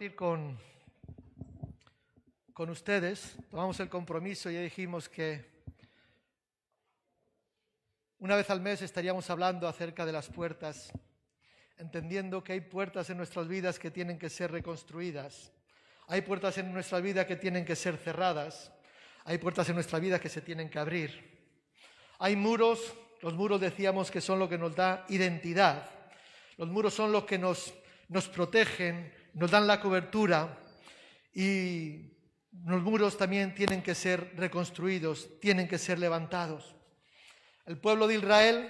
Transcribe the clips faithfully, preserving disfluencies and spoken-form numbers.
compartir con, con ustedes. Tomamos el compromiso y ya dijimos que una vez al mes estaríamos hablando acerca de las puertas, entendiendo que hay puertas en nuestras vidas que tienen que ser reconstruidas. Hay puertas en nuestra vida que tienen que ser cerradas. Hay puertas en nuestra vida que se tienen que abrir. Hay muros, los muros decíamos que son lo que nos da identidad. Los muros son los que nos, nos protegen, nos dan la cobertura, y los muros también tienen que ser reconstruidos, tienen que ser levantados. El pueblo de Israel,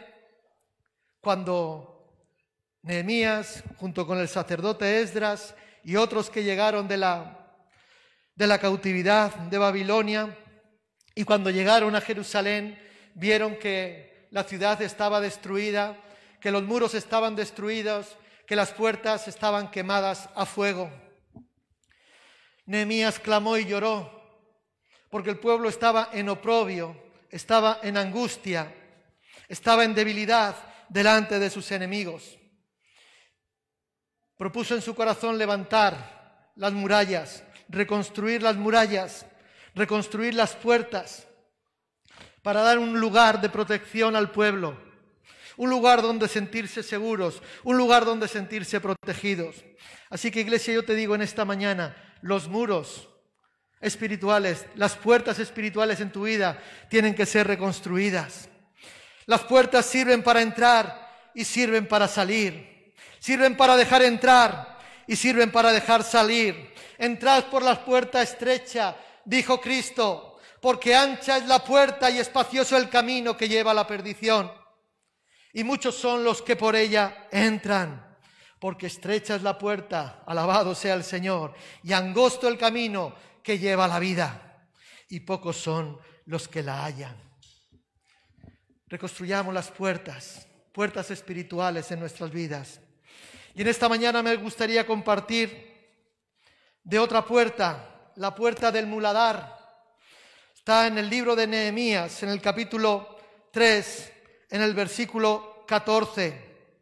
cuando Nehemías, junto con el sacerdote Esdras y otros que llegaron de la, de la cautividad de Babilonia, y cuando llegaron a Jerusalén, vieron que la ciudad estaba destruida, que los muros estaban destruidos, que las puertas estaban quemadas a fuego. Nehemías clamó y lloró, porque el pueblo estaba en oprobio, estaba en angustia, estaba en debilidad delante de sus enemigos. Propuso en su corazón levantar las murallas, reconstruir las murallas, reconstruir las puertas, para dar un lugar de protección al pueblo, un lugar donde sentirse seguros, un lugar donde sentirse protegidos. Así que, iglesia, yo te digo en esta mañana, los muros espirituales, las puertas espirituales en tu vida tienen que ser reconstruidas. Las puertas sirven para entrar y sirven para salir. Sirven para dejar entrar y sirven para dejar salir. Entrad por la puerta estrecha, dijo Cristo, porque ancha es la puerta y espacioso el camino que lleva a la perdición. Y muchos son los que por ella entran, porque estrecha es la puerta, alabado sea el Señor, y angosto el camino que lleva a la vida, y pocos son los que la hallan. Reconstruyamos las puertas, puertas espirituales en nuestras vidas. Y en esta mañana me gustaría compartir de otra puerta, la puerta del muladar. Está en el libro de Nehemías, en el capítulo tres, en el versículo catorce.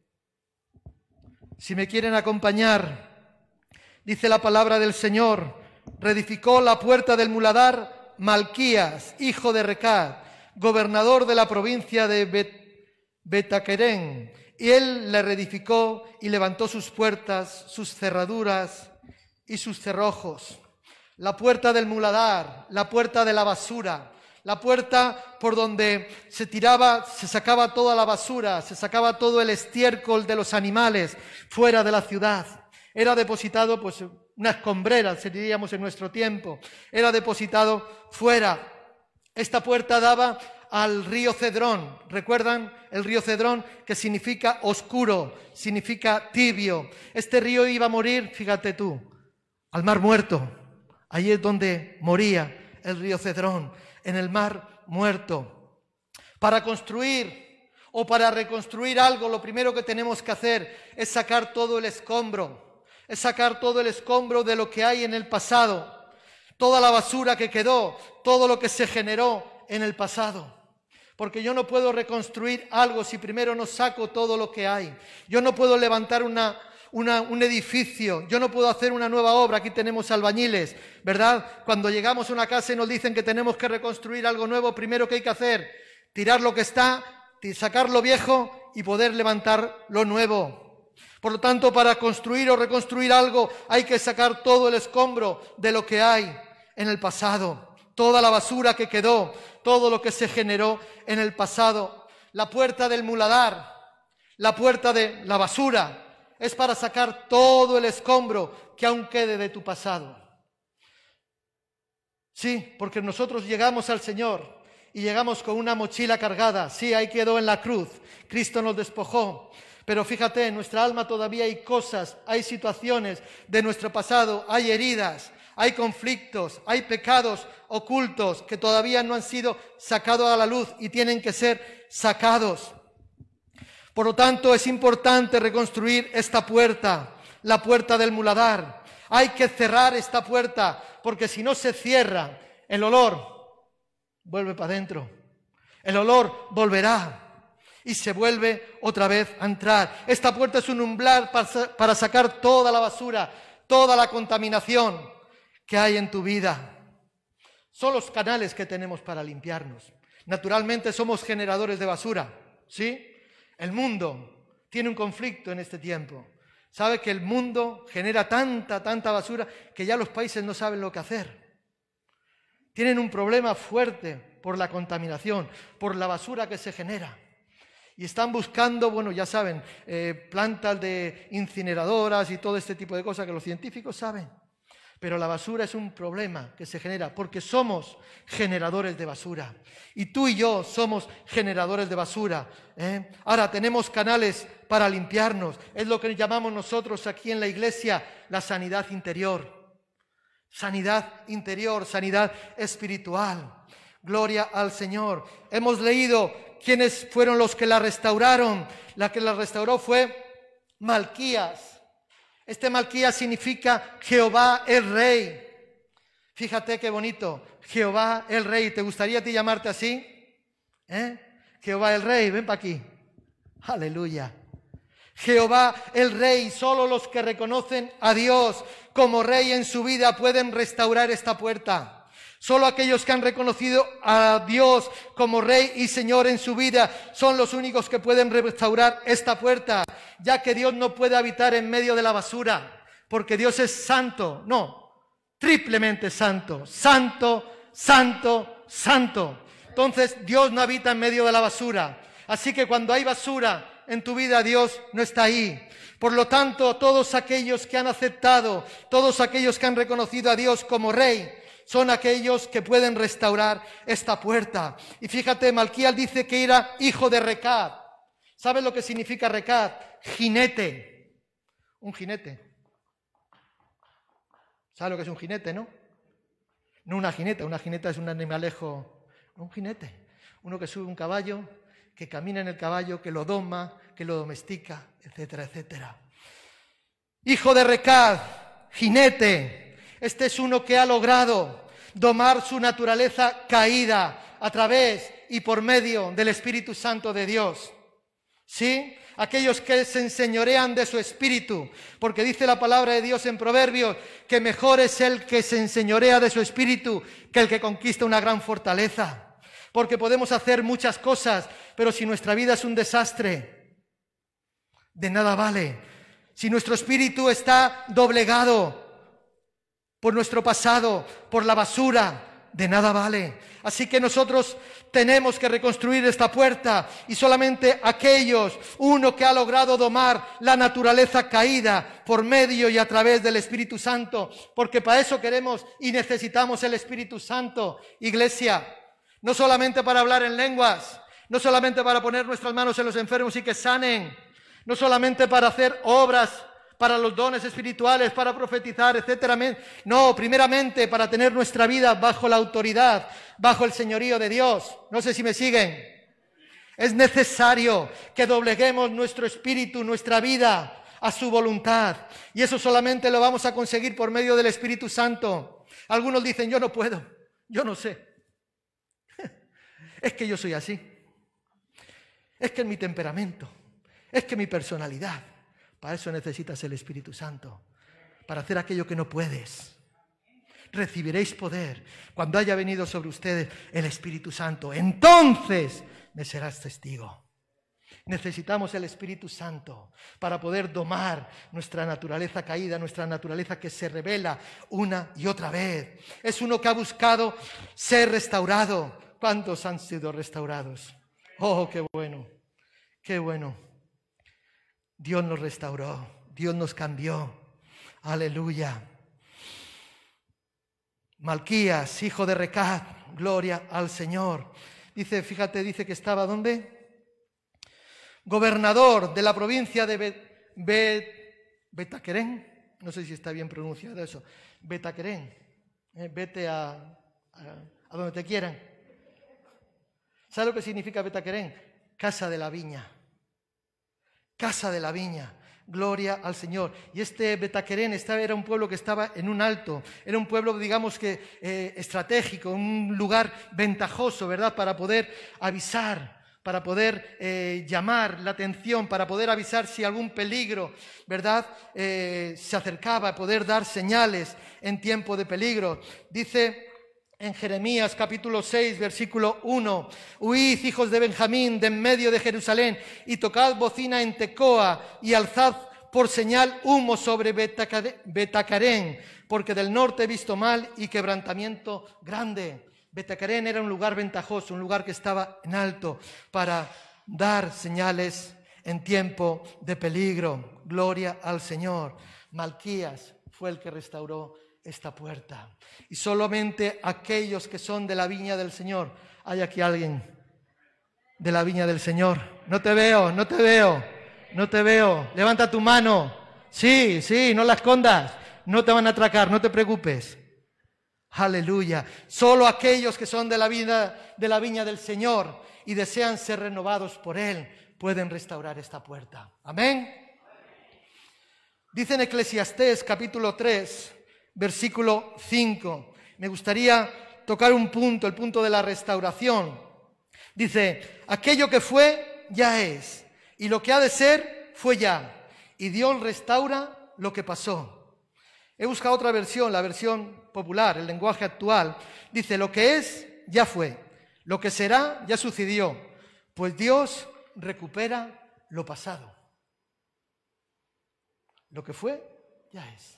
Si me quieren acompañar, dice la palabra del Señor: reedificó la puerta del muladar Malquías, hijo de Recab, gobernador de la provincia de Bet- Betaquerén, y él la reedificó y levantó sus puertas, sus cerraduras y sus cerrojos. La puerta del muladar, la puerta de la basura, la puerta por donde se tiraba, se sacaba toda la basura, se sacaba todo el estiércol de los animales fuera de la ciudad. Era depositado, pues, una escombrera, diríamos en nuestro tiempo, era depositado fuera. Esta puerta daba al río Cedrón. ¿Recuerdan el río Cedrón? Que significa oscuro, significa tibio. Este río iba a morir, fíjate tú, al mar muerto. Allí es donde moría el río Cedrón, en el mar muerto. Para construir o para reconstruir algo, lo primero que tenemos que hacer es sacar todo el escombro, es sacar todo el escombro de lo que hay en el pasado, toda la basura que quedó, todo lo que se generó en el pasado. Porque yo no puedo reconstruir algo si primero no saco todo lo que hay. Yo no puedo levantar una... Una, un edificio, yo no puedo hacer una nueva obra. Aquí tenemos albañiles, ¿verdad? Cuando llegamos a una casa y nos dicen que tenemos que reconstruir algo nuevo, primero que hay que hacer, tirar lo que está, sacar lo viejo y poder levantar lo nuevo. Por lo tanto, para construir o reconstruir algo hay que sacar todo el escombro de lo que hay en el pasado, toda la basura que quedó, todo lo que se generó en el pasado. La puerta del muladar, la puerta de la basura, es para sacar todo el escombro que aún quede de tu pasado. Sí, porque nosotros llegamos al Señor y llegamos con una mochila cargada. Sí, ahí quedó en la cruz. Cristo nos despojó. Pero fíjate, en nuestra alma todavía hay cosas, hay situaciones de nuestro pasado, hay heridas, hay conflictos, hay pecados ocultos que todavía no han sido sacados a la luz y tienen que ser sacados. Por lo tanto, es importante reconstruir esta puerta, la puerta del muladar. Hay que cerrar esta puerta, porque si no se cierra, el olor vuelve para adentro. El olor volverá y se vuelve otra vez a entrar. Esta puerta es un umbral para sacar toda la basura, toda la contaminación que hay en tu vida. Son los canales que tenemos para limpiarnos. Naturalmente somos generadores de basura, ¿sí? El mundo tiene un conflicto en este tiempo. Sabe que el mundo genera tanta, tanta basura que ya los países no saben lo que hacer. Tienen un problema fuerte por la contaminación, por la basura que se genera. Y están buscando, bueno, ya saben, eh, plantas de incineradoras y todo este tipo de cosas que los científicos saben. Pero la basura es un problema que se genera porque somos generadores de basura. Y tú y yo somos generadores de basura, ¿eh? Ahora tenemos canales para limpiarnos. Es lo que llamamos nosotros aquí en la iglesia la sanidad interior. Sanidad interior, sanidad espiritual. Gloria al Señor. Hemos leído quiénes fueron los que la restauraron. La que la restauró fue Malquías. Este Malquías significa Jehová el Rey. Fíjate qué bonito. Jehová el Rey. ¿Te gustaría a ti llamarte así? ¿Eh? Jehová el Rey. Ven para aquí. Aleluya. Jehová el Rey. Solo los que reconocen a Dios como Rey en su vida pueden restaurar esta puerta. Solo aquellos que han reconocido a Dios como Rey y Señor en su vida son los únicos que pueden restaurar esta puerta, ya que Dios no puede habitar en medio de la basura, porque Dios es santo, no, triplemente santo, santo, santo, santo. Entonces Dios no habita en medio de la basura, así que cuando hay basura en tu vida, Dios no está ahí. Por lo tanto, todos aquellos que han aceptado, todos aquellos que han reconocido a Dios como Rey, son aquellos que pueden restaurar esta puerta. Y fíjate, Malquías dice que era hijo de Recab. ¿Sabes lo que significa Recab? Jinete. Un jinete. ¿Sabes lo que es un jinete, no? No una jineta, una jineta es un animalejo. Un jinete. Uno que sube un caballo, que camina en el caballo, que lo doma, que lo domestica, etcétera, etcétera. Hijo de Recab, jinete. Este es uno que ha logrado domar su naturaleza caída a través y por medio del Espíritu Santo de Dios. ¿Sí? Aquellos que se enseñorean de su espíritu, porque dice la palabra de Dios en Proverbios que mejor es el que se enseñorea de su espíritu que el que conquista una gran fortaleza. Porque podemos hacer muchas cosas, pero si nuestra vida es un desastre, de nada vale. Si nuestro espíritu está doblegado por nuestro pasado, por la basura, de nada vale. Así que nosotros tenemos que reconstruir esta puerta y solamente aquellos, uno que ha logrado domar la naturaleza caída por medio y a través del Espíritu Santo, porque para eso queremos y necesitamos el Espíritu Santo, iglesia, no solamente para hablar en lenguas, no solamente para poner nuestras manos en los enfermos y que sanen, no solamente para hacer obras para los dones espirituales, para profetizar, etcétera. No, primeramente para tener nuestra vida bajo la autoridad, bajo el señorío de Dios. No sé si me siguen. Es necesario que dobleguemos nuestro espíritu, nuestra vida a su voluntad. Y eso solamente lo vamos a conseguir por medio del Espíritu Santo. Algunos dicen, yo no puedo, yo no sé. Es que yo soy así. Es que es mi temperamento. Es que mi personalidad. Para eso necesitas el Espíritu Santo, para hacer aquello que no puedes. Recibiréis poder cuando haya venido sobre ustedes el Espíritu Santo. Entonces me serás testigo. Necesitamos el Espíritu Santo para poder domar nuestra naturaleza caída, nuestra naturaleza que se revela una y otra vez. Es uno que ha buscado ser restaurado. ¿Cuántos han sido restaurados? Oh, qué bueno, qué bueno. Dios nos restauró, Dios nos cambió. Aleluya. Malquías, hijo de Recab, gloria al Señor. Dice, fíjate, dice que estaba, ¿dónde? Gobernador de la provincia de Bet, Bet, Betaquerén. No sé si está bien pronunciado eso. Betaquerén. Eh, vete a, a, a donde te quieran. ¿Sabes lo que significa Betaquerén? Casa de la viña. Casa de la viña, gloria al Señor. Y este Betaquerén era un pueblo que estaba en un alto, era un pueblo, digamos que eh, estratégico, un lugar ventajoso, ¿verdad? Para poder avisar, para poder eh, llamar la atención, para poder avisar si algún peligro, ¿verdad?, eh, se acercaba, poder dar señales en tiempo de peligro. Dice en Jeremías capítulo seis, versículo uno, «Huid, hijos de Benjamín, de en medio de Jerusalén, y tocad bocina en Tecoa, y alzad por señal humo sobre Betacarén, porque del norte he visto mal y quebrantamiento grande». Betacarén era un lugar ventajoso, un lugar que estaba en alto para dar señales en tiempo de peligro. Gloria al Señor. Malquías fue el que restauró esta puerta. Y solamente aquellos que son de la viña del Señor. ¿Hay aquí alguien de la viña del Señor? No te veo, no te veo, no te veo. Levanta tu mano. Sí, sí, no la escondas. No te van a atracar, no te preocupes. Aleluya. Solo aquellos que son de la vida, de la viña del Señor y desean ser renovados por Él pueden restaurar esta puerta. Amén. Dice en Eclesiastés capítulo tres, versículo cinco. Me gustaría tocar un punto, el punto de la restauración. Dice, aquello que fue ya es, y lo que ha de ser fue ya, y Dios restaura lo que pasó. He buscado otra versión, la versión popular, el lenguaje actual. Dice, lo que es, ya fue. Lo que será, ya sucedió. Pues Dios recupera lo pasado. Lo que fue, ya es.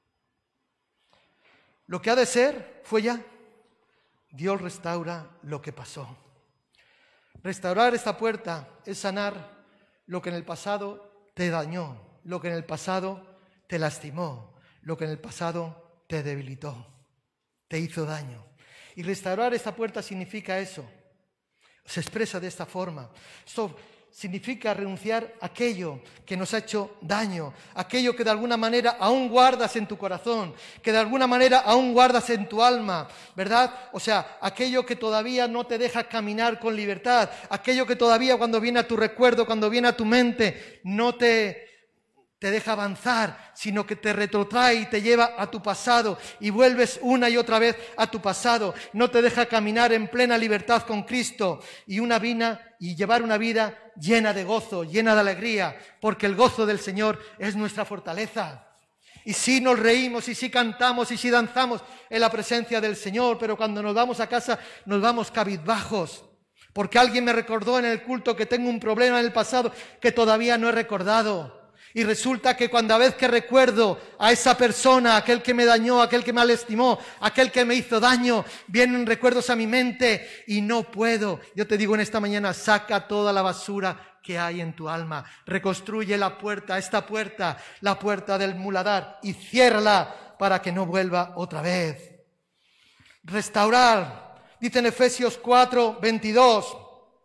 Lo que ha de ser, fue ya. Dios restaura lo que pasó. Restaurar esta puerta es sanar lo que en el pasado te dañó, lo que en el pasado te lastimó, lo que en el pasado te debilitó, te hizo daño. Y restaurar esta puerta significa eso. Se expresa de esta forma. Esto significa renunciar a aquello que nos ha hecho daño, aquello que de alguna manera aún guardas en tu corazón, que de alguna manera aún guardas en tu alma, ¿verdad? O sea, aquello que todavía no te deja caminar con libertad, aquello que todavía cuando viene a tu recuerdo, cuando viene a tu mente, no te... te deja avanzar, sino que te retrotrae y te lleva a tu pasado y vuelves una y otra vez a tu pasado. No te deja caminar en plena libertad con Cristo y una vida y llevar una vida llena de gozo, llena de alegría, porque el gozo del Señor es nuestra fortaleza. Y sí nos reímos, y sí cantamos, y sí danzamos en la presencia del Señor, pero cuando nos vamos a casa nos vamos cabizbajos. Porque alguien me recordó en el culto que tengo un problema en el pasado que todavía no he recordado. Y resulta que cuando a vez que recuerdo a esa persona, aquel que me dañó, aquel que me lastimó, aquel que me hizo daño, vienen recuerdos a mi mente y no puedo. Yo te digo en esta mañana, saca toda la basura que hay en tu alma. Reconstruye la puerta, esta puerta, la puerta del muladar, y ciérrala para que no vuelva otra vez. Restaurar, dice en Efesios cuatro, veintidós,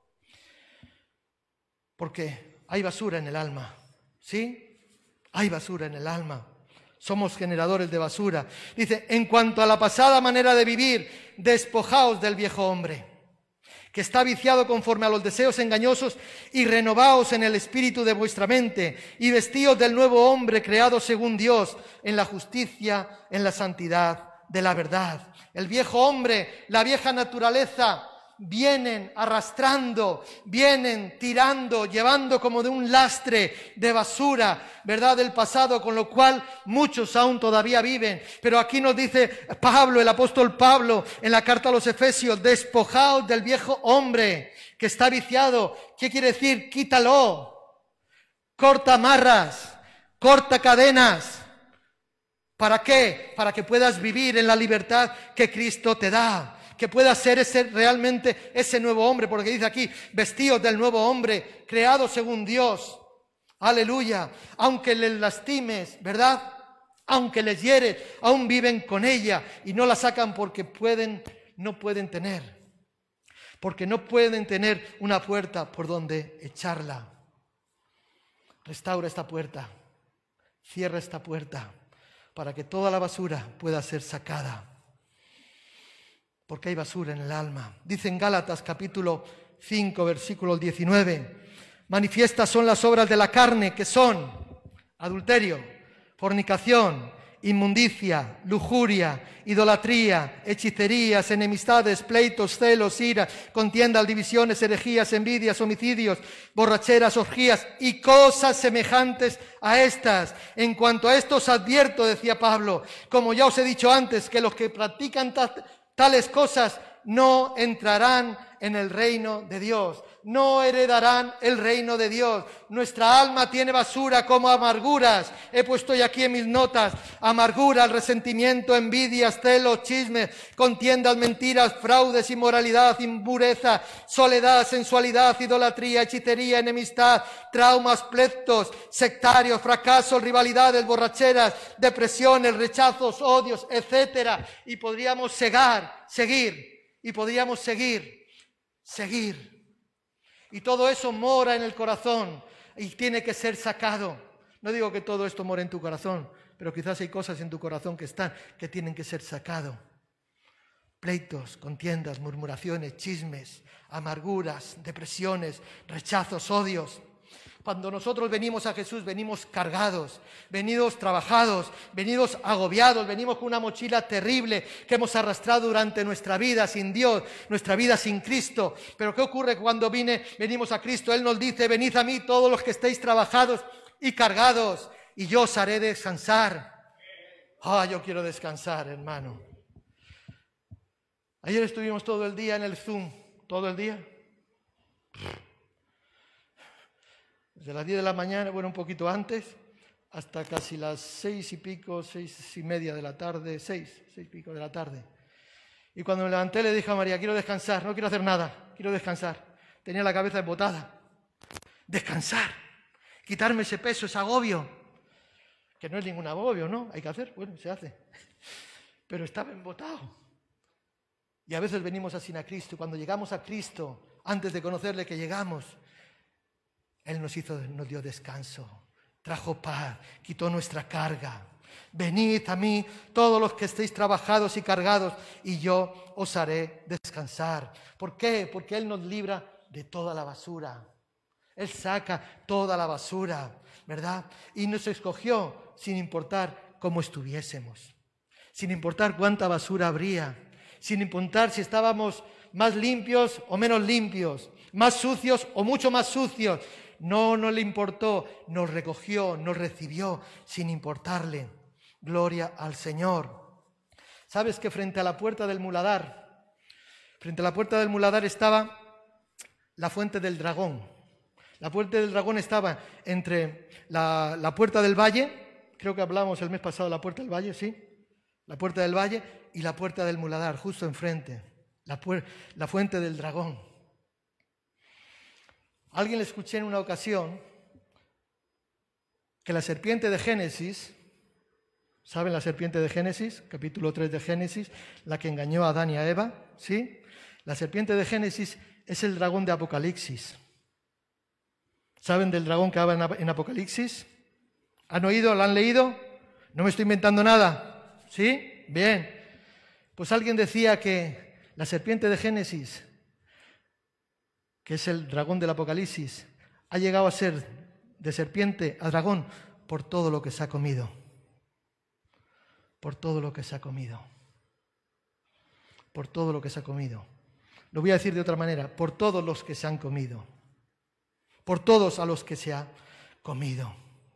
porque hay basura en el alma. ¿Sí? Hay basura en el alma. Somos generadores de basura. Dice, en cuanto a la pasada manera de vivir, despojaos del viejo hombre, que está viciado conforme a los deseos engañosos, y renovaos en el espíritu de vuestra mente, y vestíos del nuevo hombre creado según Dios, en la justicia, en la santidad de la verdad. El viejo hombre, la vieja naturaleza, vienen arrastrando, vienen tirando, llevando como de un lastre de basura, ¿verdad?, del pasado, con lo cual muchos aún todavía viven. Pero aquí nos dice Pablo, el apóstol Pablo, en la carta a los Efesios, despojaos del viejo hombre que está viciado. ¿Qué quiere decir? Quítalo, corta amarras, corta cadenas. ¿Para qué? Para que puedas vivir en la libertad que Cristo te da. Que pueda ser ese, realmente ese nuevo hombre, porque dice aquí, vestidos del nuevo hombre, creado según Dios. Aleluya. Aunque les lastimes, ¿verdad? Aunque les hieres, aún viven con ella y no la sacan porque pueden, no pueden tener. Porque no pueden tener una puerta por donde echarla. Restaura esta puerta. Cierra esta puerta para que toda la basura pueda ser sacada. Porque hay basura en el alma. Dice en Gálatas capítulo cinco, versículo diecinueve, manifiestas son las obras de la carne, que son adulterio, fornicación, inmundicia, lujuria, idolatría, hechicerías, enemistades, pleitos, celos, ira, contiendas, divisiones, herejías, envidias, homicidios, borracheras, orgías y cosas semejantes a estas. En cuanto a esto os advierto, decía Pablo, como ya os he dicho antes, que los que practican ta- tales cosas no entrarán en el reino de Dios, no heredarán el reino de Dios. Nuestra alma tiene basura como amarguras. He puesto ya aquí en mis notas: amarguras, resentimiento, envidias, celos, chismes, contiendas, mentiras, fraudes, inmoralidad, impureza, soledad, sensualidad, idolatría, hechicería, enemistad, traumas, pleitos, sectarios, fracasos, rivalidades, borracheras, depresiones, rechazos, odios, etcétera. Y podríamos cegar, seguir, y podríamos seguir, seguir. Y todo eso mora en el corazón y tiene que ser sacado. No digo que todo esto mora en tu corazón, pero quizás hay cosas en tu corazón que están, que tienen que ser sacados. Pleitos, contiendas, murmuraciones, chismes, amarguras, depresiones, rechazos, odios. Cuando nosotros venimos a Jesús, venimos cargados, venidos trabajados, venidos agobiados, venimos con una mochila terrible que hemos arrastrado durante nuestra vida sin Dios, nuestra vida sin Cristo. Pero ¿qué ocurre cuando vine, venimos a Cristo? Él nos dice: venid a mí todos los que estéis trabajados y cargados, y yo os haré descansar. Ah, yo quiero descansar, hermano. Ayer estuvimos todo el día en el Zoom, todo el día. Desde las diez de la mañana, bueno, un poquito antes, hasta casi las seis y pico, seis y media de la tarde, seis, seis y pico de la tarde. Y cuando me levanté le dije a María: quiero descansar, no quiero hacer nada, quiero descansar. Tenía la cabeza embotada. Descansar, quitarme ese peso, ese agobio, que no es ningún agobio, ¿no? Hay que hacer, bueno, se hace. Pero estaba embotado. Y a veces venimos así a Cristo, y cuando llegamos a Cristo, antes de conocerle que llegamos, Él nos hizo, nos dio descanso, trajo paz, quitó nuestra carga. Venid a mí todos los que estéis trabajados y cargados, y yo os haré descansar. ¿Por qué? Porque Él nos libra de toda la basura. Él saca toda la basura, ¿verdad? Y nos escogió sin importar cómo estuviésemos, sin importar cuánta basura habría, sin importar si estábamos más limpios o menos limpios, más sucios o mucho más sucios. No, no le importó, nos recogió, nos recibió sin importarle. Gloria al Señor. ¿Sabes que frente a la puerta del muladar, frente a la puerta del muladar estaba la fuente del dragón? La puerta del dragón estaba entre la, la puerta del valle, creo que hablamos el mes pasado de la puerta del valle, ¿sí? La puerta del valle y la puerta del muladar, justo enfrente, la, puer- la fuente del dragón. A alguien le escuché en una ocasión que la serpiente de Génesis, ¿saben la serpiente de Génesis? Capítulo tres de Génesis, la que engañó a Adán y a Eva, ¿sí? La serpiente de Génesis es el dragón de Apocalipsis. ¿Saben del dragón que habla en Apocalipsis? ¿Han oído? ¿Lo han leído? No me estoy inventando nada, ¿sí? Bien. Pues alguien decía que la serpiente de Génesis, que es el dragón del Apocalipsis, ha llegado a ser de serpiente a dragón por todo lo que se ha comido. Por todo lo que se ha comido. Por todo lo que se ha comido. Lo voy a decir de otra manera: por todos los que se han comido. Por todos a los que se ha comido.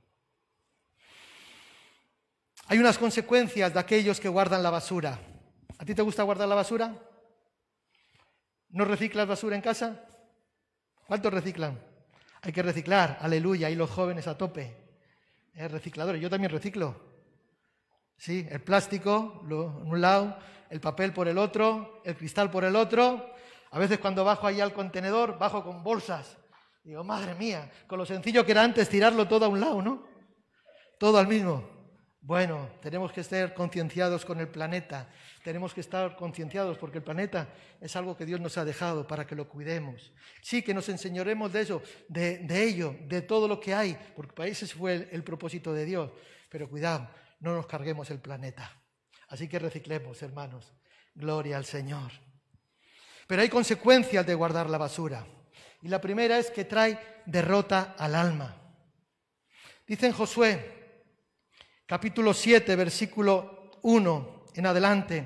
Hay unas consecuencias de aquellos que guardan la basura. ¿A ti te gusta guardar la basura? ¿No reciclas basura en casa? ¿Cuántos reciclan? Hay que reciclar, aleluya, y los jóvenes a tope. ¿Eh? Recicladores, yo también reciclo. Sí, el plástico lo, en un lado, el papel por el otro, el cristal por el otro. A veces cuando bajo ahí al contenedor, bajo con bolsas. Digo, madre mía, con lo sencillo que era antes tirarlo todo a un lado, ¿no? Todo al mismo. Bueno, tenemos que estar concienciados con el planeta, tenemos que estar concienciados porque el planeta es algo que Dios nos ha dejado para que lo cuidemos. Sí, que nos enseñaremos de eso, de, de ello, de todo lo que hay, porque para ese fue el, el propósito de Dios. Pero cuidado, no nos carguemos el planeta. Así que reciclemos, hermanos. Gloria al Señor. Pero hay consecuencias de guardar la basura. Y la primera es que trae derrota al alma. Dice en Josué, capítulo siete, versículo uno en adelante.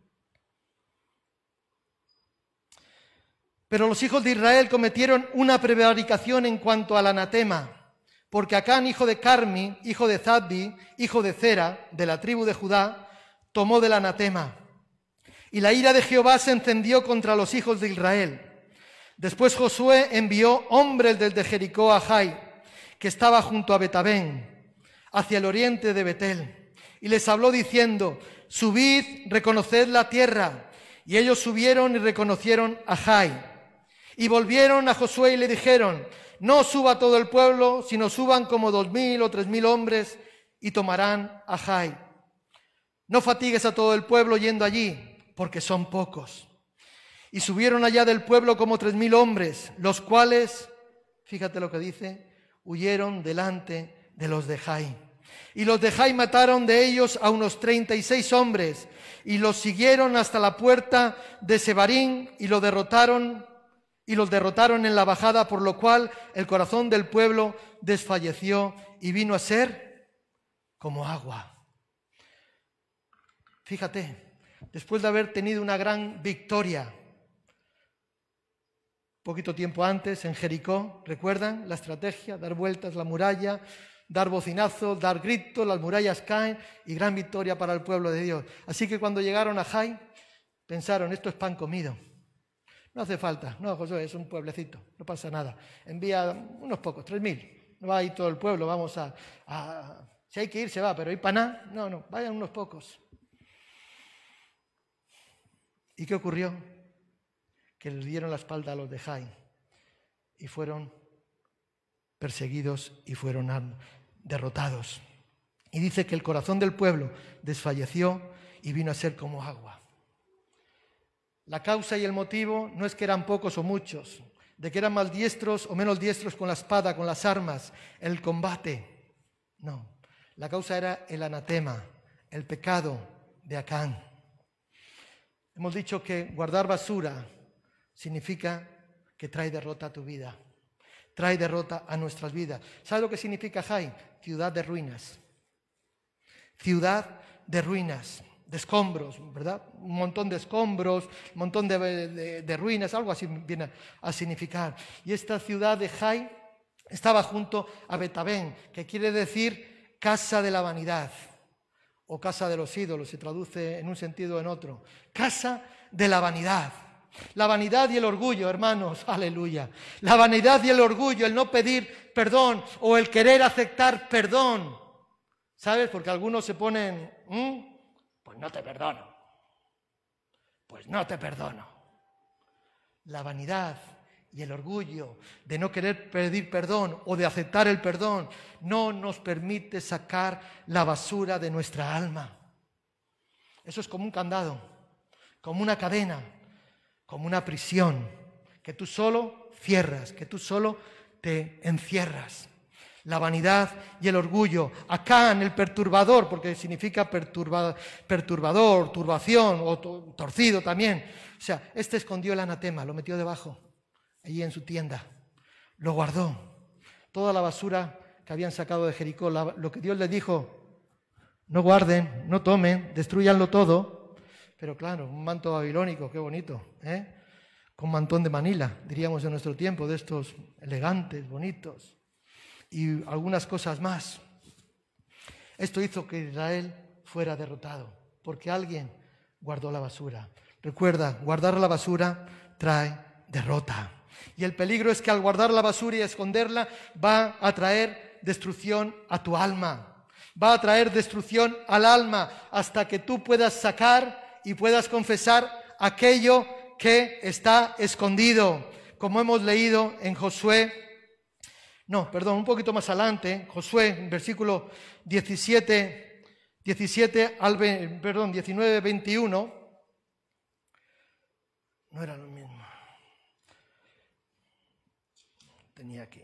Pero los hijos de Israel cometieron una prevaricación en cuanto al anatema, porque Acán, hijo de Carmi, hijo de Zabdi, hijo de Zera, de la tribu de Judá, tomó del anatema. Y la ira de Jehová se encendió contra los hijos de Israel. Después Josué envió hombres desde Jericó a Jai, que estaba junto a Betabén, hacia el oriente de Betel, y les habló diciendo: subid, reconoced la tierra. Y ellos subieron y reconocieron a Jai. Y volvieron a Josué y le dijeron: no suba todo el pueblo, sino suban como dos mil o tres mil hombres y tomarán a Jai. No fatigues a todo el pueblo yendo allí, porque son pocos. Y subieron allá del pueblo como tres mil hombres, los cuales, fíjate lo que dice, huyeron delante de los de Jai. Y los de Jai mataron de ellos a unos treinta y seis hombres, y los siguieron hasta la puerta de Sebarín, y lo derrotaron, y los derrotaron en la bajada, por lo cual el corazón del pueblo desfalleció y vino a ser como agua. Fíjate, después de haber tenido una gran victoria, poquito tiempo antes en Jericó, ¿recuerdan la estrategia? Dar vueltas la muralla, dar bocinazos, dar gritos, las murallas caen y gran victoria para el pueblo de Dios. Así que cuando llegaron a Jai, pensaron: esto es pan comido. No hace falta, no, Josué, es un pueblecito, no pasa nada. Envía unos pocos, tres mil. No va a ir todo el pueblo, vamos a, a... Si hay que ir, se va, pero ir para nada, no, no, vayan unos pocos. ¿Y qué ocurrió? Que les dieron la espalda a los de Jai y fueron perseguidos y fueron derrotados. Y dice que el corazón del pueblo desfalleció y vino a ser como agua. La causa y el motivo no es que eran pocos o muchos, de que eran más diestros o menos diestros con la espada, con las armas, el combate. No, la causa era el anatema, el pecado de Acán. Hemos dicho que guardar basura significa que trae derrota a tu vida, trae derrota a nuestras vidas. ¿Sabes lo que significa Jai? Ciudad de ruinas. Ciudad de ruinas, de escombros, ¿verdad? Un montón de escombros, un montón de, de, de ruinas, algo así viene a significar. Y esta ciudad de Jai estaba junto a Betabén, que quiere decir casa de la vanidad, o casa de los ídolos, se traduce en un sentido o en otro. Casa de la vanidad. La vanidad y el orgullo, hermanos, aleluya. La vanidad y el orgullo, el no pedir perdón o el querer aceptar perdón. ¿Sabes? Porque algunos se ponen, ¿Mm? pues no te perdono. Pues no te perdono. La vanidad y el orgullo de no querer pedir perdón o de aceptar el perdón no nos permite sacar la basura de nuestra alma. Eso es como un candado, como una cadena, como una prisión, que tú solo cierras, que tú solo te encierras. La vanidad y el orgullo. Acán, el perturbador, porque significa perturba, perturbador, turbación o to, torcido también. O sea, este escondió el anatema, lo metió debajo, allí en su tienda, lo guardó. Toda la basura que habían sacado de Jericó, la, lo que Dios les dijo: no guarden, no tomen, destruyanlo todo. Pero claro, un manto babilónico, qué bonito, ¿eh? Con mantón de Manila, diríamos en nuestro tiempo, de estos elegantes, bonitos, y algunas cosas más. Esto hizo que Israel fuera derrotado, porque alguien guardó la basura. Recuerda, guardar la basura trae derrota. Y el peligro es que al guardar la basura y esconderla, va a traer destrucción a tu alma. Va a traer destrucción al alma hasta que tú puedas sacar y puedas confesar aquello que está escondido. Como hemos leído en Josué, no, perdón, un poquito más adelante, Josué, versículo diecisiete, diecisiete al, perdón, diecinueve, veintiuno, no era lo mismo. Tenía aquí.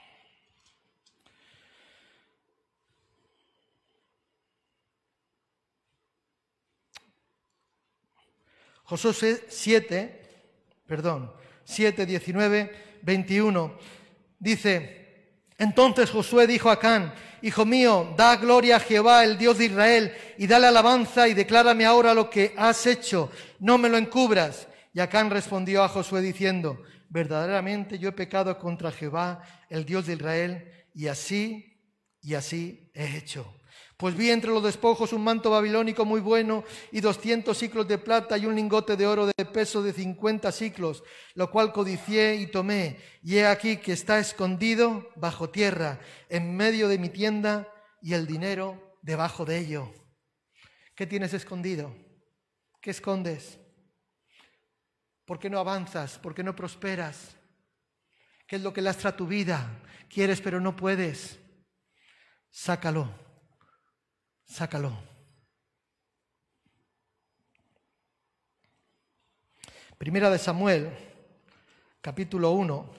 Josué siete, perdón, siete, diecinueve, veintiuno, dice: Entonces Josué dijo a Acán: hijo mío, da gloria a Jehová, el Dios de Israel, y dale alabanza y declárame ahora lo que has hecho, no me lo encubras. Y Acán respondió a Josué diciendo: verdaderamente yo he pecado contra Jehová, el Dios de Israel, y así, y así he hecho. Pues vi entre los despojos un manto babilónico muy bueno y doscientos siclos de plata y un lingote de oro de peso de cincuenta siclos, lo cual codicié y tomé. Y he aquí que está escondido bajo tierra, en medio de mi tienda, y el dinero debajo de ello. ¿Qué tienes escondido? ¿Qué escondes? ¿Por qué no avanzas? ¿Por qué no prosperas? ¿Qué es lo que lastra tu vida? Quieres pero no puedes. Sácalo. Sácalo. Primera de Samuel, capítulo uno.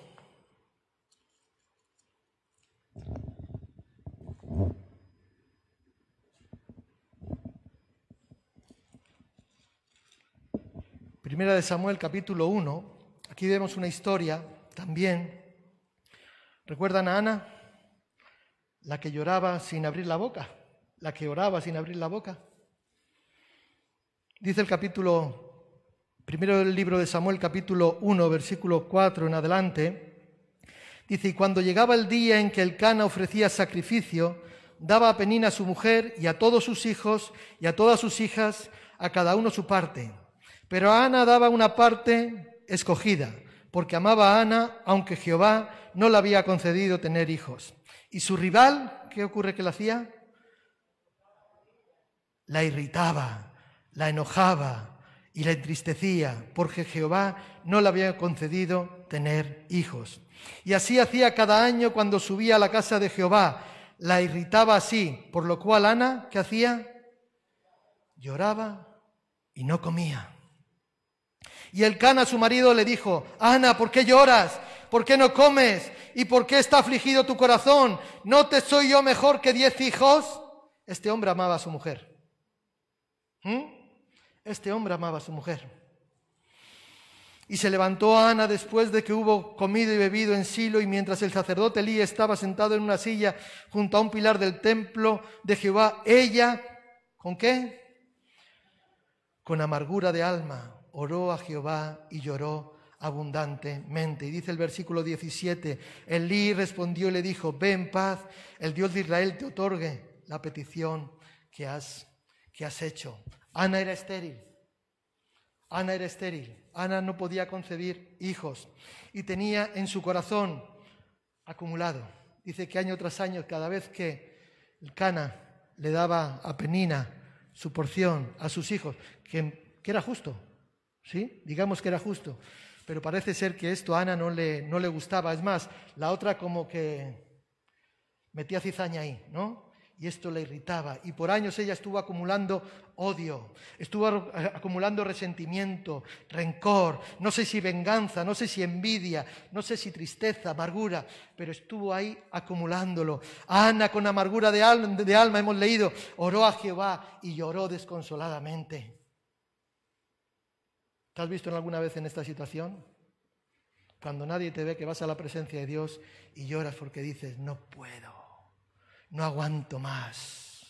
Primera de Samuel, capítulo uno. Aquí vemos una historia también. ¿Recuerdan a Ana? La que lloraba sin abrir la boca. La que oraba sin abrir la boca. Dice el capítulo, primero del libro de Samuel, capítulo uno, versículo cuatro en adelante, dice: y cuando llegaba el día en que Elcana ofrecía sacrificio, daba a Penina a su mujer y a todos sus hijos y a todas sus hijas, a cada uno su parte. Pero a Ana daba una parte escogida, porque amaba a Ana, aunque Jehová no le había concedido tener hijos. Y su rival, ¿qué ocurre que le hacía? La irritaba, la enojaba y la entristecía, porque Jehová no le había concedido tener hijos. Y así hacía cada año cuando subía a la casa de Jehová, la irritaba así, por lo cual Ana, ¿qué hacía? Lloraba y no comía. Y Elcana, su marido, le dijo: Ana, ¿por qué lloras? ¿Por qué no comes? ¿Y por qué está afligido tu corazón? ¿No te soy yo mejor que diez hijos? Este hombre amaba a su mujer. ¿Mm? Este hombre amaba a su mujer. Y se levantó Ana después de que hubo comido y bebido en Silo, y mientras el sacerdote Elí estaba sentado en una silla junto a un pilar del templo de Jehová, ella, ¿con qué? Con amargura de alma, oró a Jehová y lloró abundantemente. Y dice el versículo diecisiete, Elí respondió y le dijo: ve en paz, el Dios de Israel te otorgue la petición que has que has hecho. Ana era estéril. Ana era estéril. Ana no podía concebir hijos y tenía en su corazón acumulado. Dice que año tras año, cada vez que Elcana le daba a Penina su porción a sus hijos, que, que era justo, ¿sí? Digamos que era justo, pero parece ser que esto a Ana no le, no le gustaba. Es más, la otra como que metía cizaña ahí, ¿no? Y esto le irritaba, y por años ella estuvo acumulando odio, estuvo acumulando resentimiento, rencor, no sé si venganza, no sé si envidia, no sé si tristeza, amargura, pero estuvo ahí acumulándolo. Ana, con amargura de alma, de alma, hemos leído, oró a Jehová y lloró desconsoladamente. ¿Te has visto en alguna vez en esta situación? Cuando nadie te ve, que vas a la presencia de Dios y lloras porque dices: no puedo. No aguanto más.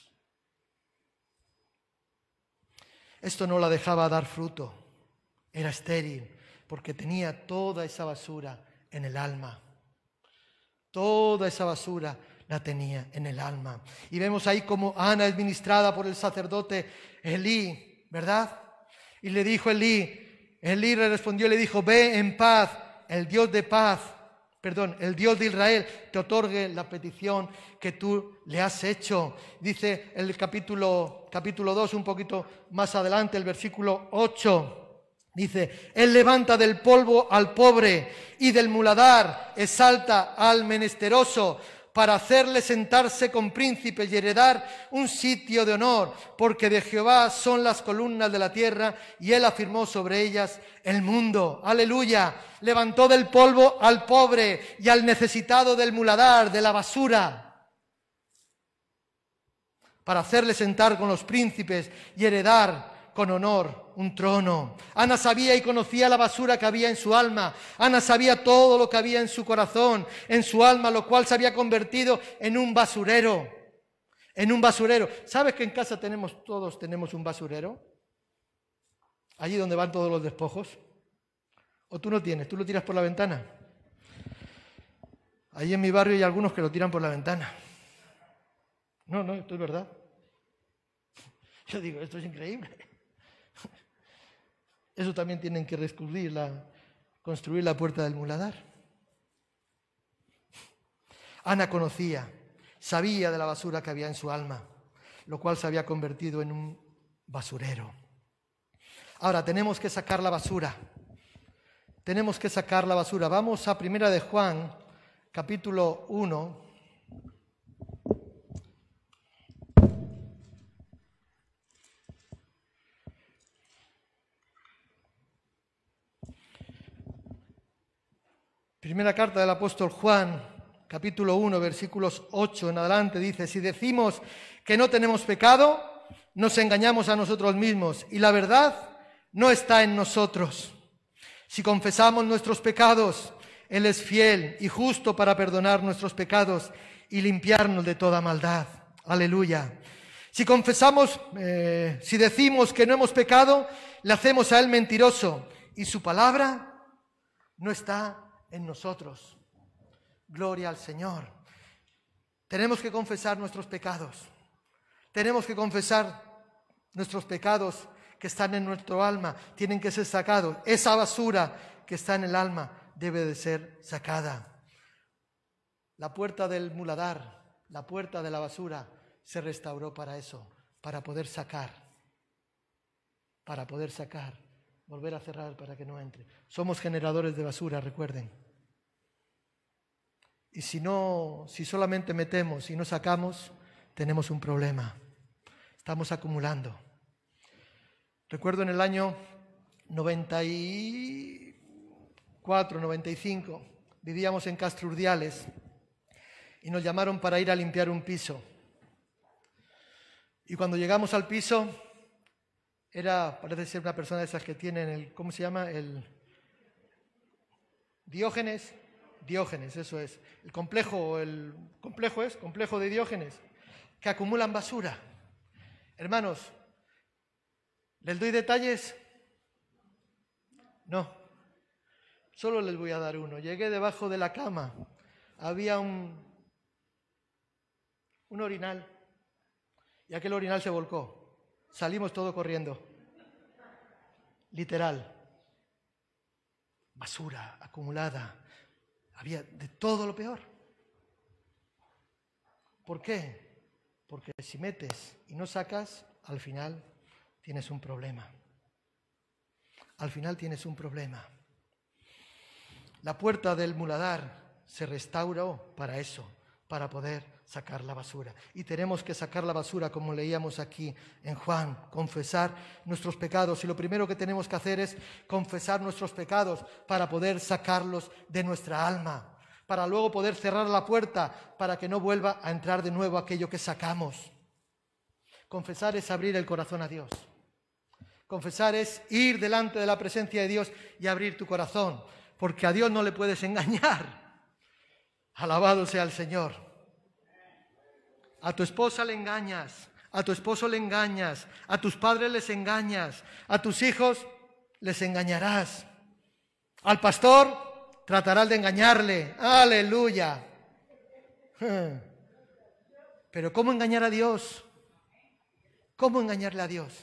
Esto no la dejaba dar fruto. Era estéril porque tenía toda esa basura en el alma. Toda esa basura la tenía en el alma. Y vemos ahí cómo Ana es ministrada por el sacerdote Elí, ¿verdad? Y le dijo Elí, Elí le respondió y le dijo: ve en paz, el Dios de paz, Perdón, el Dios de Israel te otorgue la petición que tú le has hecho. Dice el capítulo, capítulo dos, un poquito más adelante, el versículo ocho. Dice: Él levanta del polvo al pobre y del muladar exalta al menesteroso, para hacerle sentarse con príncipes y heredar un sitio de honor, porque de Jehová son las columnas de la tierra y Él afirmó sobre ellas el mundo. ¡Aleluya! Levantó del polvo al pobre y al necesitado del muladar, de la basura, para hacerle sentar con los príncipes y heredar con honor, un trono. Ana sabía y conocía la basura que había en su alma. Ana sabía todo lo que había en su corazón, en su alma, lo cual se había convertido en un basurero. En un basurero. ¿Sabes que en casa tenemos, todos tenemos un basurero? Allí donde van todos los despojos. ¿O tú no tienes? ¿Tú lo tiras por la ventana? Allí en mi barrio hay algunos que lo tiran por la ventana. No, no, esto es verdad. Yo digo, esto es increíble. Eso también tienen que descubrir, la, construir la puerta del muladar. Ana conocía, sabía de la basura que había en su alma, lo cual se había convertido en un basurero. Ahora, tenemos que sacar la basura. Tenemos que sacar la basura. Vamos a Primera de Juan, capítulo uno. Primera carta del apóstol Juan, capítulo uno, versículos ocho en adelante, dice: si decimos que no tenemos pecado, nos engañamos a nosotros mismos y la verdad no está en nosotros. Si confesamos nuestros pecados, Él es fiel y justo para perdonar nuestros pecados y limpiarnos de toda maldad. Aleluya. Si confesamos, eh, si decimos que no hemos pecado, le hacemos a Él mentiroso y su palabra no está en nosotros. Gloria al Señor. Tenemos que confesar nuestros pecados. Tenemos que confesar nuestros pecados que están en nuestro alma. Tienen que ser sacados. Esa basura que está en el alma debe de ser sacada. La puerta del muladar, la puerta de la basura, se restauró para eso, para poder sacar. Para poder sacar. Volver a cerrar para que no entre. Somos generadores de basura, recuerden. Y si no, si solamente metemos y no sacamos, tenemos un problema. Estamos acumulando. Recuerdo en el año noventa y cuatro, noventa y cinco, vivíamos en Castro Urdiales y nos llamaron para ir a limpiar un piso. Y cuando llegamos al piso, era, parece ser una persona de esas que tienen el, ¿cómo se llama? El Diógenes, Diógenes, eso es. El complejo, el complejo es, complejo de Diógenes, que acumulan basura. Hermanos, ¿les doy detalles? No, solo les voy a dar uno. Llegué debajo de la cama, había un, un orinal, y aquel orinal se volcó. Salimos todos corriendo. Literal. Basura acumulada. Había de todo lo peor. ¿Por qué? Porque si metes y no sacas, al final tienes un problema. Al final tienes un problema. La puerta del muladar se restauró para eso, para poder sacar la basura. Y tenemos que sacar la basura, como leíamos aquí en Juan, confesar nuestros pecados. Y lo primero que tenemos que hacer es confesar nuestros pecados para poder sacarlos de nuestra alma, para luego poder cerrar la puerta para que no vuelva a entrar de nuevo aquello que sacamos. Confesar es abrir el corazón a Dios. Confesar es ir delante de la presencia de Dios y abrir tu corazón, porque a Dios no le puedes engañar. Alabado sea el Señor. A tu esposa le engañas, a tu esposo le engañas, a tus padres les engañas, a tus hijos les engañarás. Al pastor tratarás de engañarle. ¡Aleluya! Pero ¿cómo engañar a Dios? ¿Cómo engañarle a Dios?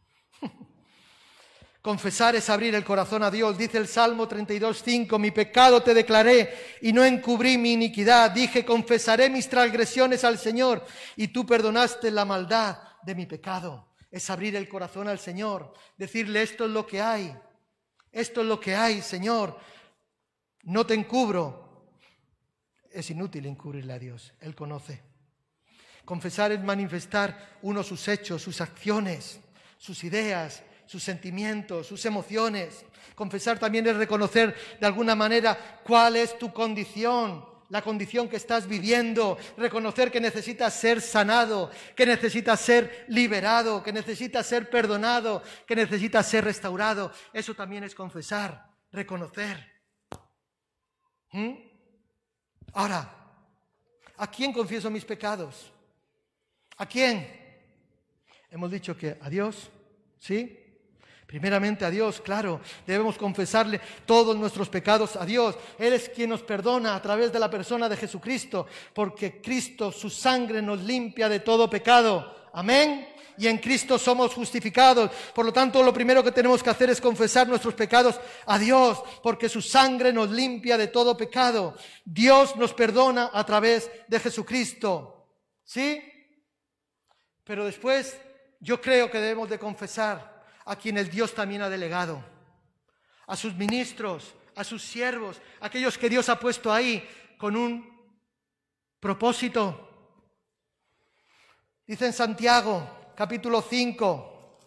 Confesar es abrir el corazón a Dios. Dice el Salmo treinta y dos, cinco, mi pecado te declaré y no encubrí mi iniquidad. Dije, confesaré mis transgresiones al Señor y tú perdonaste la maldad de mi pecado. Es abrir el corazón al Señor, decirle, esto es lo que hay, esto es lo que hay, Señor, no te encubro. Es inútil encubrirle a Dios, Él conoce. Confesar es manifestar uno sus hechos, sus acciones, sus ideas, sus sentimientos, sus emociones. Confesar también es reconocer de alguna manera cuál es tu condición la condición que estás viviendo, reconocer que necesitas ser sanado, que necesitas ser liberado, que necesitas ser perdonado, que necesitas ser restaurado. Eso también es confesar, reconocer. ¿Mm? Ahora, ¿a quién confieso mis pecados? ¿A quién? Hemos dicho que a Dios, ¿sí? Primeramente a Dios, claro, debemos confesarle todos nuestros pecados a Dios. Él es quien nos perdona a través de la persona de Jesucristo, porque Cristo, su sangre nos limpia de todo pecado. Amén. Y en Cristo somos justificados. Por lo tanto, lo primero que tenemos que hacer es confesar nuestros pecados a Dios, porque su sangre nos limpia de todo pecado. Dios nos perdona a través de Jesucristo. ¿Sí? Pero después, yo creo que debemos de confesar a quienes Dios también ha delegado, a sus ministros, a sus siervos, aquellos que Dios ha puesto ahí con un propósito. Dice en Santiago, capítulo cinco,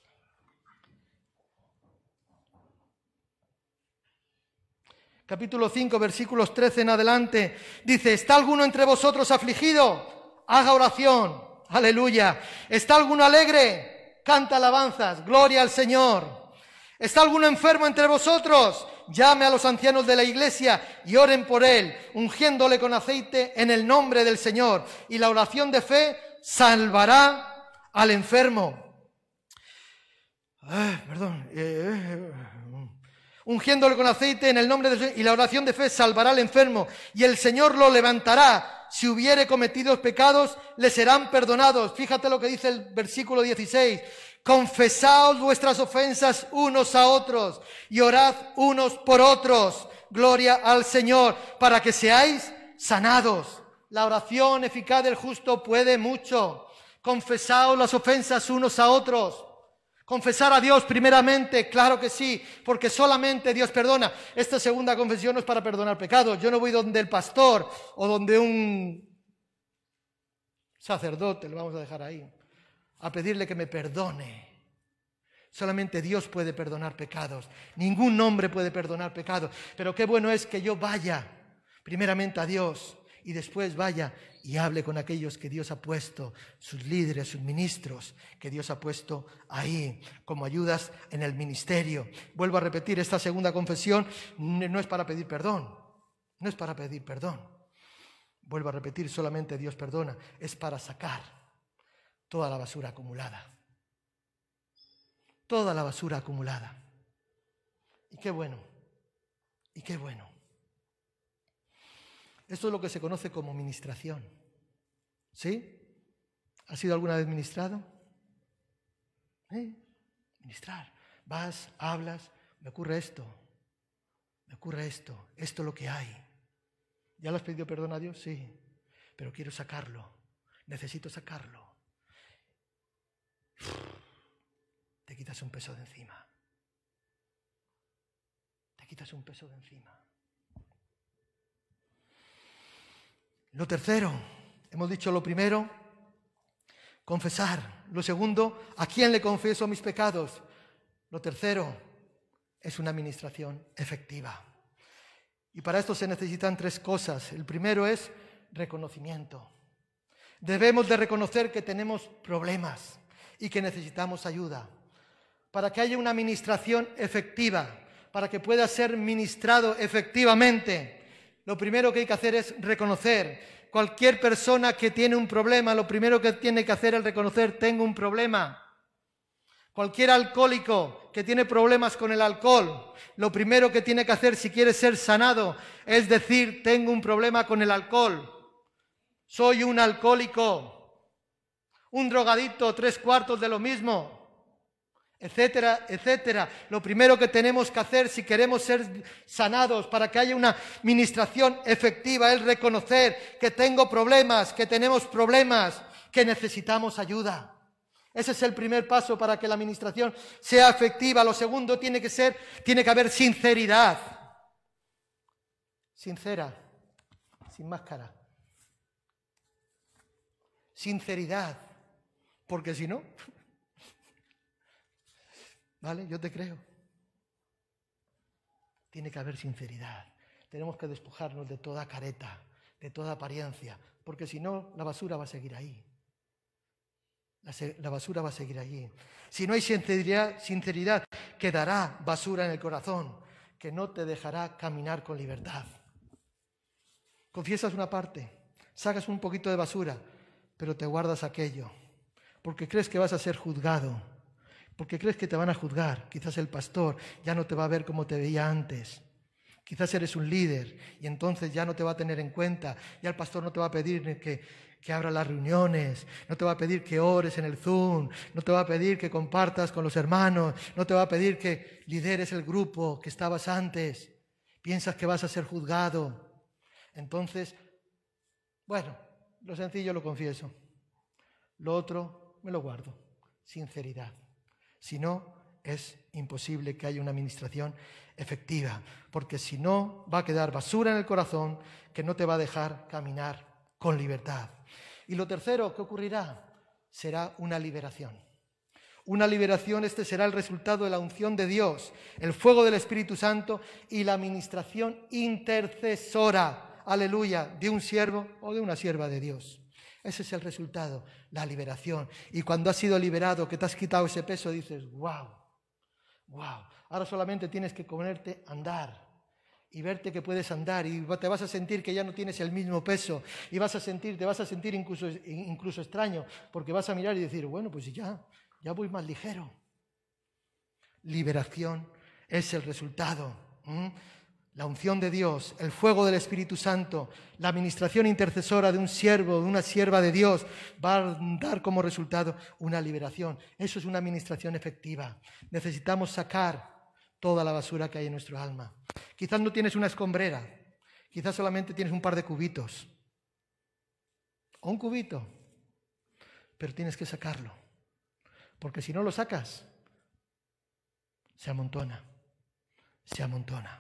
capítulo cinco, versículos trece en adelante, dice: ¿está alguno entre vosotros afligido? Haga oración, aleluya. ¿Está alguno alegre? Canta alabanzas, gloria al Señor. ¿Está alguno enfermo entre vosotros? Llame a los ancianos de la iglesia y oren por él, ungiéndole con aceite en el nombre del Señor. Y la oración de fe salvará al enfermo. Ah, perdón. Eh, eh, ungiéndole con aceite en el nombre del Señor. Y la oración de fe salvará al enfermo. Y el Señor lo levantará. Si hubiere cometido pecados, le serán perdonados. Fíjate lo que dice el versículo dieciséis. Confesaos vuestras ofensas unos a otros y orad unos por otros. Gloria al Señor, para que seáis sanados. La oración eficaz del justo puede mucho. Confesaos las ofensas unos a otros. Confesar a Dios primeramente, claro que sí, porque solamente Dios perdona. Esta segunda confesión no es para perdonar pecados. Yo no voy donde el pastor o donde un sacerdote, lo vamos a dejar ahí, a pedirle que me perdone. Solamente Dios puede perdonar pecados. Ningún hombre puede perdonar pecados. Pero qué bueno es que yo vaya primeramente a Dios y después vaya y hable con aquellos que Dios ha puesto, sus líderes, sus ministros, que Dios ha puesto ahí como ayudas en el ministerio. Vuelvo a repetir, esta segunda confesión no es para pedir perdón, no es para pedir perdón. Vuelvo a repetir, solamente Dios perdona, es para sacar toda la basura acumulada. Toda la basura acumulada. Y qué bueno, y qué bueno. Esto es lo que se conoce como ministración. ¿Sí? ¿Has sido alguna vez ministrado? ¿Eh? Ministrar. Vas, hablas, me ocurre esto, me ocurre esto, esto es lo que hay. ¿Ya le has pedido perdón a Dios? Sí, pero quiero sacarlo, necesito sacarlo. Te quitas un peso de encima. Te quitas un peso de encima. Lo tercero, hemos dicho lo primero, confesar. Lo segundo, ¿a quién le confieso mis pecados? Lo tercero, es una administración efectiva. Y para esto se necesitan tres cosas. El primero es reconocimiento. Debemos de reconocer que tenemos problemas y que necesitamos ayuda. Para que haya una administración efectiva, para que pueda ser ministrado efectivamente, lo primero que hay que hacer es reconocer. Cualquier persona que tiene un problema, lo primero que tiene que hacer es reconocer: tengo un problema. Cualquier alcohólico que tiene problemas con el alcohol, lo primero que tiene que hacer si quiere ser sanado es decir: tengo un problema con el alcohol. Soy un alcohólico. Un drogadicto, tres cuartos de lo mismo. Etcétera, etcétera. Lo primero que tenemos que hacer si queremos ser sanados, para que haya una ministración efectiva, es reconocer que tengo problemas, que tenemos problemas, que necesitamos ayuda. Ese es el primer paso para que la ministración sea efectiva. Lo segundo, tiene que ser, tiene que haber sinceridad. Sincera, sin máscara. Sinceridad, porque si no... ¿Vale? Yo te creo. Tiene que haber sinceridad. Tenemos que despojarnos de toda careta, de toda apariencia, porque si no, la basura va a seguir ahí. La, la basura va a seguir allí. Si no hay sinceridad, sinceridad, quedará basura en el corazón, que no te dejará caminar con libertad. Confiesas una parte, sacas un poquito de basura, pero te guardas aquello, porque crees que vas a ser juzgado, porque crees que te van a juzgar. Quizás el pastor ya no te va a ver como te veía antes. Quizás eres un líder y entonces ya no te va a tener en cuenta. Ya el pastor no te va a pedir que, que abra las reuniones, no te va a pedir que ores en el Zoom, no te va a pedir que compartas con los hermanos, no te va a pedir que lideres el grupo que estabas antes. Piensas que vas a ser juzgado. Entonces, bueno, lo sencillo lo confieso. Lo otro me lo guardo. Sinceridad. Si no, es imposible que haya una administración efectiva, porque si no, va a quedar basura en el corazón que no te va a dejar caminar con libertad. Y lo tercero que ocurrirá será una liberación. Una liberación, este será el resultado de la unción de Dios, el fuego del Espíritu Santo y la administración intercesora, aleluya, de un siervo o de una sierva de Dios. Ese es el resultado, la liberación. Y cuando has sido liberado, que te has quitado ese peso, dices, wow, wow. Ahora solamente tienes que ponerte a andar y verte que puedes andar y te vas a sentir que ya no tienes el mismo peso y vas a sentir, te vas a sentir incluso, incluso extraño, porque vas a mirar y decir, bueno, pues ya, ya voy más ligero. Liberación es el resultado. ¿Mm? La unción de Dios, el fuego del Espíritu Santo, la administración intercesora de un siervo, de una sierva de Dios, va a dar como resultado una liberación. Eso es una administración efectiva. Necesitamos sacar toda la basura que hay en nuestro alma. Quizás no tienes una escombrera, quizás solamente tienes un par de cubitos, o un cubito, pero tienes que sacarlo, porque si no lo sacas, se amontona, se amontona.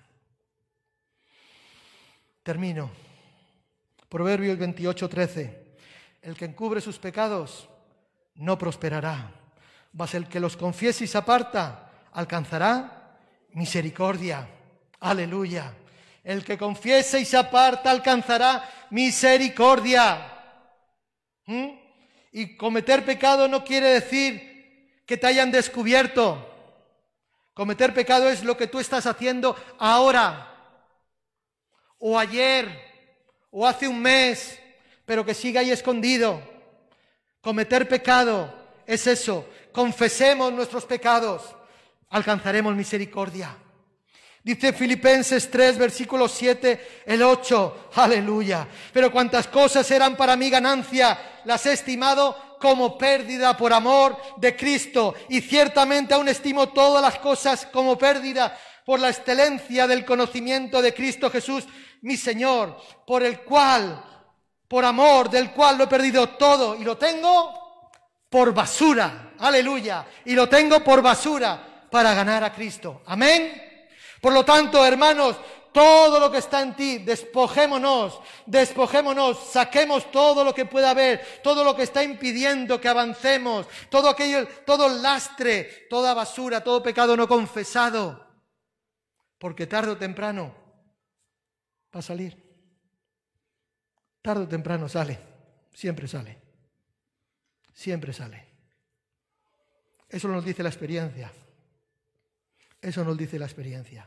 Termino. Proverbios veintiocho, trece. El que encubre sus pecados no prosperará, mas el que los confiese y se aparta alcanzará misericordia. Aleluya. El que confiese y se aparta alcanzará misericordia. ¿Mm? Y cometer pecado no quiere decir que te hayan descubierto. Cometer pecado es lo que tú estás haciendo ahora, o ayer, o hace un mes, pero que siga ahí escondido. Cometer pecado es eso. Confesemos nuestros pecados, alcanzaremos misericordia. Dice Filipenses tres, versículo siete, el ocho, aleluya. Pero cuantas cosas eran para mí ganancia, las he estimado como pérdida por amor de Cristo. Y ciertamente aún estimo todas las cosas como pérdida por la excelencia del conocimiento de Cristo Jesús, mi Señor, por el cual, por amor del cual lo he perdido todo y lo tengo por basura, aleluya, y lo tengo por basura para ganar a Cristo, amén. Por lo tanto, hermanos, todo lo que está en ti, despojémonos, despojémonos, saquemos todo lo que pueda haber, todo lo que está impidiendo que avancemos, todo aquello, todo lastre, toda basura, todo pecado no confesado, porque tarde o temprano va a salir. Tarde o temprano sale, siempre sale, siempre sale. Eso nos dice la experiencia, eso nos dice la experiencia.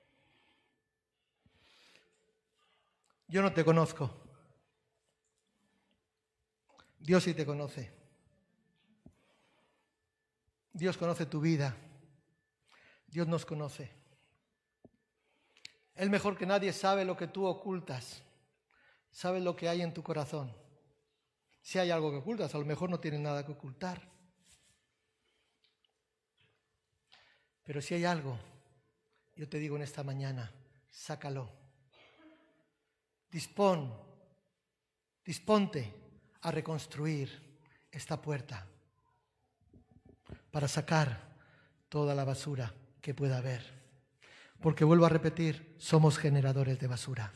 Yo no te conozco, Dios sí te conoce. Dios conoce tu vida, Dios nos conoce. Él mejor que nadie sabe lo que tú ocultas, sabe lo que hay en tu corazón. Si hay algo que ocultas, a lo mejor no tienes nada que ocultar. Pero si hay algo, yo te digo en esta mañana, sácalo. Dispón, disponte a reconstruir esta puerta para sacar toda la basura que pueda haber. Porque vuelvo a repetir, somos generadores de basura.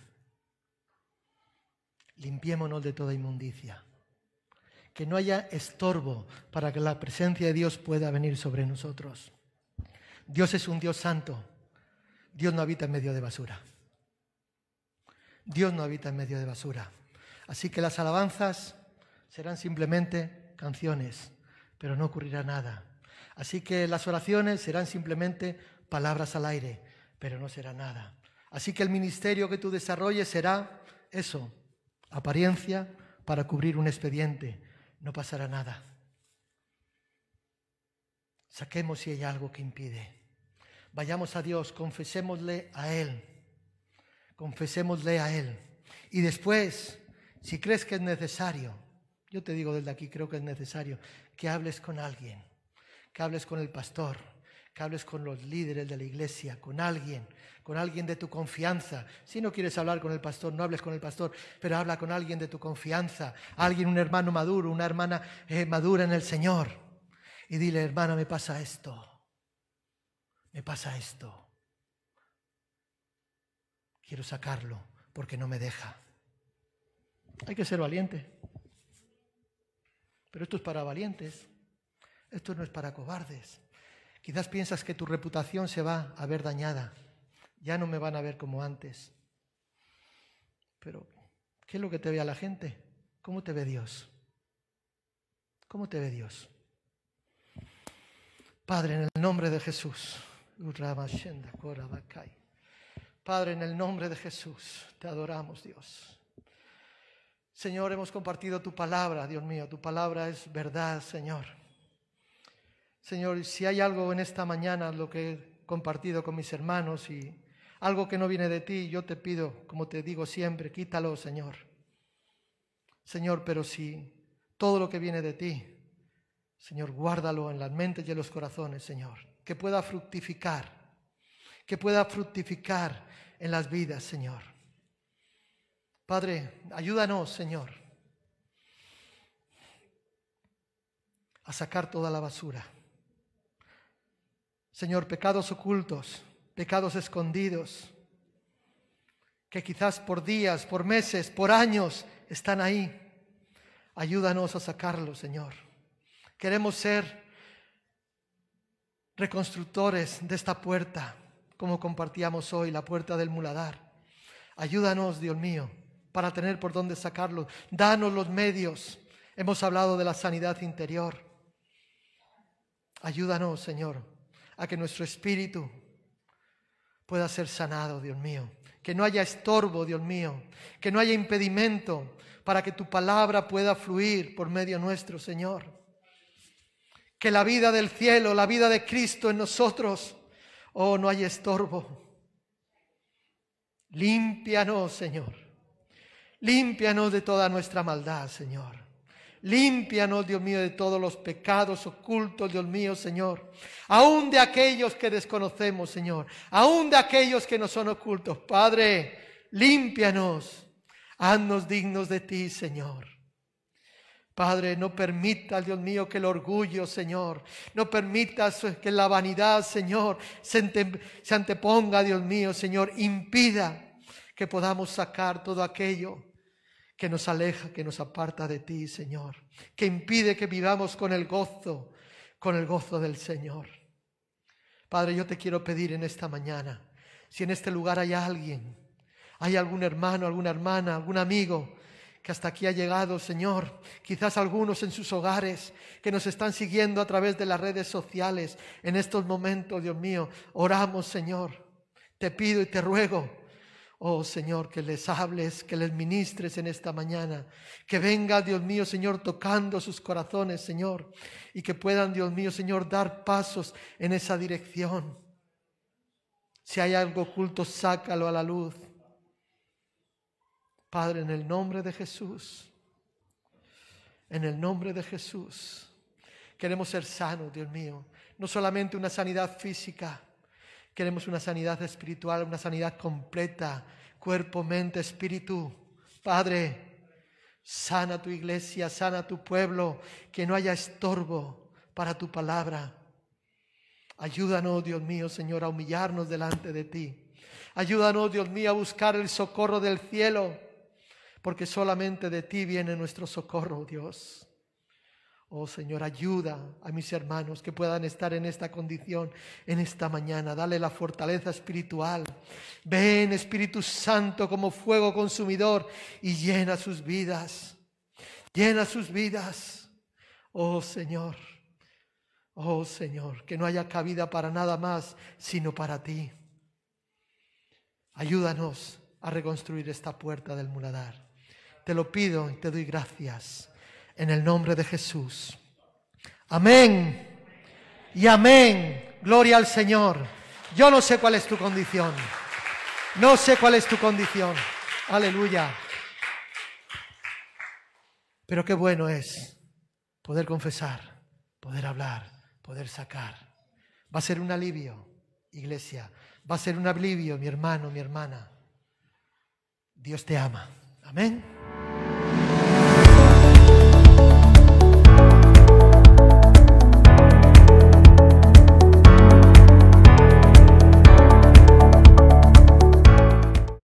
Limpiémonos de toda inmundicia. Que no haya estorbo para que la presencia de Dios pueda venir sobre nosotros. Dios es un Dios santo. Dios no habita en medio de basura. Dios no habita en medio de basura. Así que las alabanzas serán simplemente canciones, pero no ocurrirá nada. Así que las oraciones serán simplemente palabras al aire, pero no será nada. Así que el ministerio que tú desarrolles será eso, apariencia para cubrir un expediente. No pasará nada. Saquemos si hay algo que impide. Vayamos a Dios, confesémosle a Él. Confesémosle a Él. Y después, si crees que es necesario, yo te digo desde aquí, creo que es necesario que hables con alguien, que hables con el pastor, que hables con los líderes de la iglesia, con alguien, con alguien de tu confianza. Si no quieres hablar con el pastor, no hables con el pastor, pero habla con alguien de tu confianza, alguien, un hermano maduro, una hermana eh, madura en el Señor. Y dile, hermana, me pasa esto, me pasa esto. Quiero sacarlo porque no me deja. Hay que ser valiente. Pero esto es para valientes. Esto no es para cobardes. Quizás piensas que tu reputación se va a ver dañada. Ya no me van a ver como antes. Pero, ¿qué es lo que te ve a la gente? ¿Cómo te ve Dios? ¿Cómo te ve Dios? Padre, en el nombre de Jesús. Padre, en el nombre de Jesús, te adoramos, Dios. Señor, hemos compartido tu palabra, Dios mío. Tu palabra es verdad, Señor. Señor, si hay algo en esta mañana, lo que he compartido con mis hermanos y algo que no viene de ti, yo te pido, como te digo siempre, quítalo, Señor. Señor, pero si todo lo que viene de ti, Señor, guárdalo en las mentes y en los corazones, Señor. Que pueda fructificar, que pueda fructificar en las vidas, Señor. Padre, ayúdanos, Señor, a sacar toda la basura. Señor, pecados ocultos, pecados escondidos, que quizás por días, por meses, por años están ahí. Ayúdanos a sacarlos, Señor. Queremos ser reconstructores de esta puerta, como compartíamos hoy, la puerta del muladar. Ayúdanos, Dios mío, para tener por dónde sacarlo. Danos los medios. Hemos hablado de la sanidad interior. Ayúdanos, Señor, a que nuestro espíritu pueda ser sanado, Dios mío. Que no haya estorbo, Dios mío. Que no haya impedimento para que tu palabra pueda fluir por medio nuestro, Señor. Que la vida del cielo, la vida de Cristo en nosotros, oh, no haya estorbo. Límpianos, Señor. Límpianos de toda nuestra maldad, Señor. Límpianos, Dios mío, de todos los pecados ocultos, Dios mío, Señor. Aún de aquellos que desconocemos, Señor. Aún de aquellos que no son ocultos. Padre, límpianos. Haznos dignos de ti, Señor. Padre, no permitas, Dios mío, que el orgullo, Señor, no permitas que la vanidad, Señor, se, ante, se anteponga, Dios mío, Señor, impida que podamos sacar todo aquello que nos aleja, que nos aparta de ti, Señor, que impide que vivamos con el gozo, con el gozo del Señor. Padre, yo te quiero pedir en esta mañana, si en este lugar hay alguien, hay algún hermano, alguna hermana, algún amigo que hasta aquí ha llegado, Señor, quizás algunos en sus hogares que nos están siguiendo a través de las redes sociales en estos momentos, Dios mío, oramos, Señor, te pido y te ruego, oh Señor, que les hables, que les ministres en esta mañana, que venga, Dios mío, Señor, tocando sus corazones, Señor, y que puedan, Dios mío, Señor, dar pasos en esa dirección. Si hay algo oculto, sácalo a la luz. Padre, en el nombre de Jesús, en el nombre de Jesús, queremos ser sanos, Dios mío. No solamente una sanidad física, queremos una sanidad espiritual, una sanidad completa, cuerpo, mente, espíritu. Padre, sana tu iglesia, sana tu pueblo, que no haya estorbo para tu palabra. Ayúdanos, Dios mío, Señor, a humillarnos delante de ti. Ayúdanos, Dios mío, a buscar el socorro del cielo, porque solamente de ti viene nuestro socorro, Dios. Oh Señor, ayuda a mis hermanos que puedan estar en esta condición en esta mañana. Dale la fortaleza espiritual. Ven, Espíritu Santo, como fuego consumidor y llena sus vidas. Llena sus vidas. Oh Señor, oh Señor, que no haya cabida para nada más sino para ti. Ayúdanos a reconstruir esta puerta del muladar. Te lo pido y te doy gracias. En el nombre de Jesús. Amén. Y amén. Gloria al Señor. Yo no sé cuál es tu condición. No sé cuál es tu condición. Aleluya. Pero qué bueno es poder confesar, poder hablar, poder sacar. Va a ser un alivio, iglesia. Va a ser un alivio, mi hermano, mi hermana. Dios te ama. Amén.